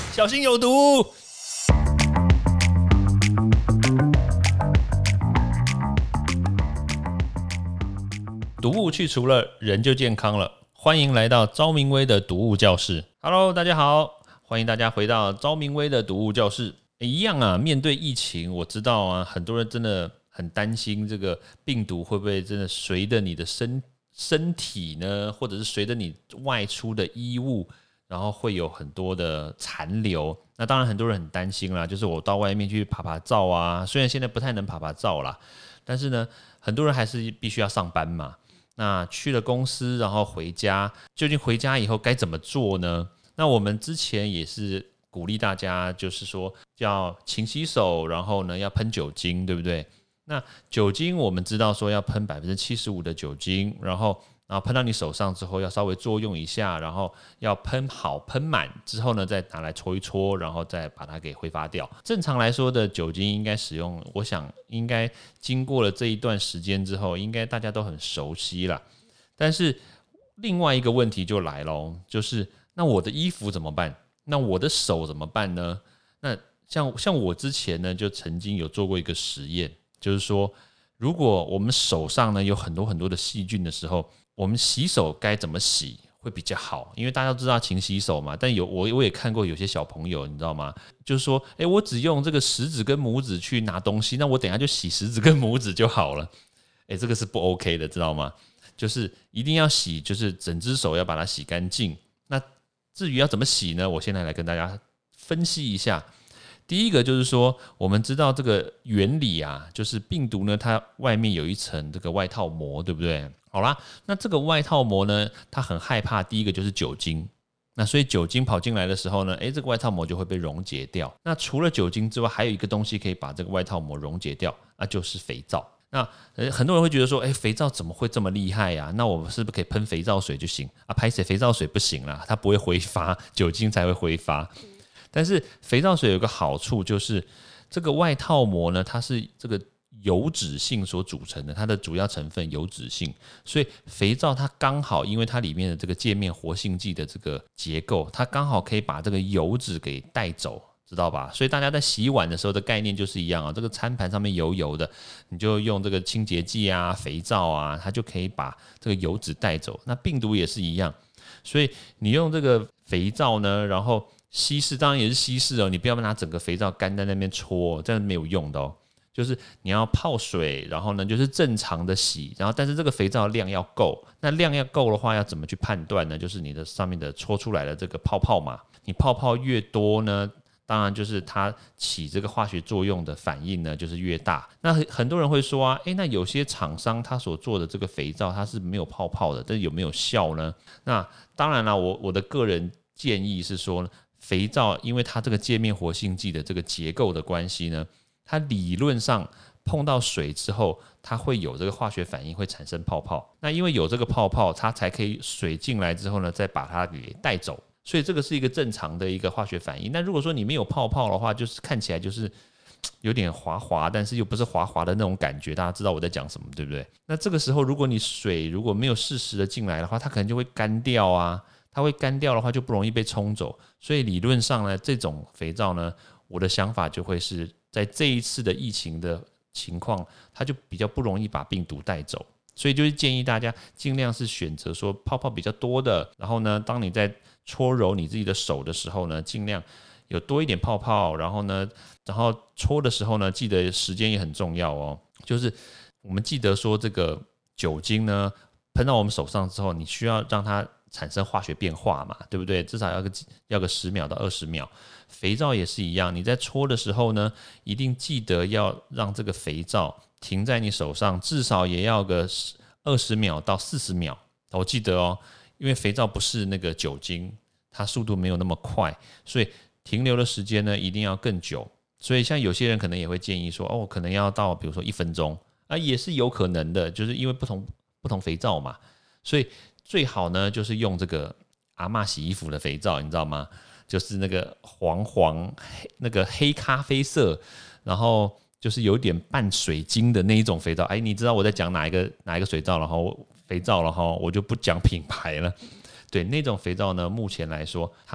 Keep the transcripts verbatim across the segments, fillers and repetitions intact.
小心有毒。毒物去除了，人就健康了。欢迎来到昭明威的毒物教室。Hello， 大家好，欢迎大家回到昭明威的毒物教室。一样啊，面对疫情，我知道啊，很多人真的很担心这个病毒会不会真的随着你的身身体呢，或者是随着你外出的衣物，然后会有很多的残留。那当然很多人很担心啦，就是我到外面去爬爬照啊，虽然现在不太能爬爬照啦，但是呢，很多人还是必须要上班嘛。那去了公司，然后回家，究竟回家以后该怎么做呢？那我们之前也是鼓励大家，就是说要勤洗手，然后呢要喷酒精，对不对？那酒精我们知道说要喷 百分之七十五 的酒精，然后然后喷到你手上之后要稍微作用一下，然后要喷好喷满之后呢，再拿来搓一搓，然后再把它给挥发掉。正常来说的酒精应该使用，我想应该经过了这一段时间之后，应该大家都很熟悉了。但是另外一个问题就来咯，就是那我的衣服怎么办？那我的手怎么办呢？那像像我之前呢，就曾经有做过一个实验，就是说，如果我们手上呢有很多很多的细菌的时候，我们洗手该怎么洗会比较好？因为大家都知道勤洗手嘛，但有我我也看过有些小朋友，你知道吗？就是说，哎，我只用这个食指跟拇指去拿东西，那我等一下就洗食指跟拇指就好了。哎，这个是不 OK 的，知道吗？就是一定要洗，就是整只手要把它洗干净。那至于要怎么洗呢？我现在来跟大家分析一下。第一个就是说，我们知道这个原理啊，就是病毒呢，它外面有一层这个外套膜，对不对？好啦，那这个外套膜呢，它很害怕，第一个就是酒精。那所以酒精跑进来的时候呢，诶，这个外套膜就会被溶解掉。那除了酒精之外，还有一个东西可以把这个外套膜溶解掉，那就是肥皂。那很多人会觉得说，哎，肥皂怎么会这么厉害呀？那我们是不是可以喷肥皂水就行啊？拍谁肥皂水不行啦，它不会挥发，酒精才会挥发。但是肥皂水有个好处，就是这个外套膜呢，它是这个油脂性所组成的，它的主要成分油脂性，所以肥皂它刚好因为它里面的这个界面活性剂的这个结构，它刚好可以把这个油脂给带走，知道吧？所以大家在洗碗的时候的概念就是一样啊，这个餐盘上面油油的，你就用这个清洁剂啊、肥皂啊，它就可以把这个油脂带走。那病毒也是一样，所以你用这个肥皂呢，然后稀释，当然也是稀释哦，你不要拿整个肥皂干在那边搓，这样没有用的哦。就是你要泡水，然后呢就是正常的洗，然后但是这个肥皂量要够。那量要够的话，要怎么去判断呢？就是你的上面的搓出来的这个泡泡嘛，你泡泡越多呢，当然就是它起这个化学作用的反应呢就是越大。那很多人会说啊，诶，那有些厂商他所做的这个肥皂它是没有泡泡的，但是有没有效呢？那当然啦，我我的个人建议是说，肥皂因为它这个界面活性剂的这个结构的关系呢，它理论上碰到水之后，它会有这个化学反应，会产生泡泡。那因为有这个泡泡，它才可以水进来之后呢，再把它给带走。所以这个是一个正常的一个化学反应。那如果说你没有泡泡的话，就是看起来就是有点滑滑，但是又不是滑滑的那种感觉，大家知道我在讲什么，对不对？那这个时候，如果你水如果没有适时的进来的话，它可能就会干掉啊。它会干掉的话，就不容易被冲走。所以理论上呢，这种肥皂呢，我的想法就会是在这一次的疫情的情况，它就比较不容易把病毒带走。所以就是建议大家尽量是选择说泡泡比较多的，然后呢，当你在搓揉你自己的手的时候呢，尽量有多一点泡泡，然后呢，然后搓的时候呢，记得时间也很重要哦。就是我们记得说这个酒精呢，喷到我们手上之后，你需要让它产生化学变化嘛，对不对？至少要个要个十秒到二十秒。肥皂也是一样，你在搓的时候呢，一定记得要让这个肥皂停在你手上，至少也要个二十秒到四十秒。我记得哦，因为肥皂不是那个酒精，它速度没有那么快，所以停留的时间呢一定要更久。所以像有些人可能也会建议说，哦，可能要到比如说一分钟啊，也是有可能的，就是因为不同不同肥皂嘛，所以最好呢就是用这个阿嬷洗衣服的肥皂，你知道吗？就是那个黄黄那个黑咖啡色，然后就是有点半水晶的那一种肥皂。哎，你知道我在讲哪一个哪一个水皂了哈？肥皂了哈，我就不讲品牌了。对，那种肥皂呢，目前来说它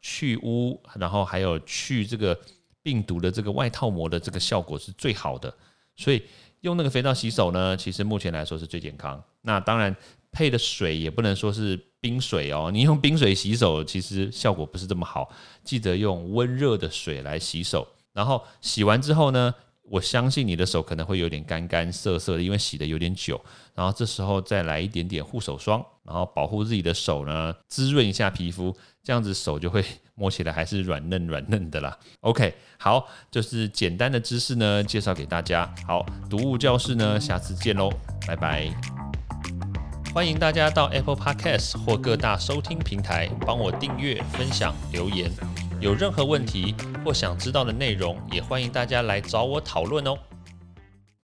去污，然后还有去这个病毒的这个外套膜的这个效果是最好的。所以用那个肥皂洗手呢，其实目前来说是最健康。那当然配的水也不能说是冰水哦，你用冰水洗手其实效果不是这么好，记得用温热的水来洗手。然后洗完之后呢，我相信你的手可能会有点干干涩涩的，因为洗的有点久。然后这时候再来一点点护手霜，然后保护自己的手呢，滋润一下皮肤，这样子手就会摸起来还是软嫩软嫩的啦。OK， 好，就是简单的知识呢介绍给大家。好，读物教室呢，下次见喽，拜拜。欢迎大家到 Apple Podcast 或各大收听平台帮我订阅、分享、留言。有任何问题或想知道的内容，也欢迎大家来找我讨论哦。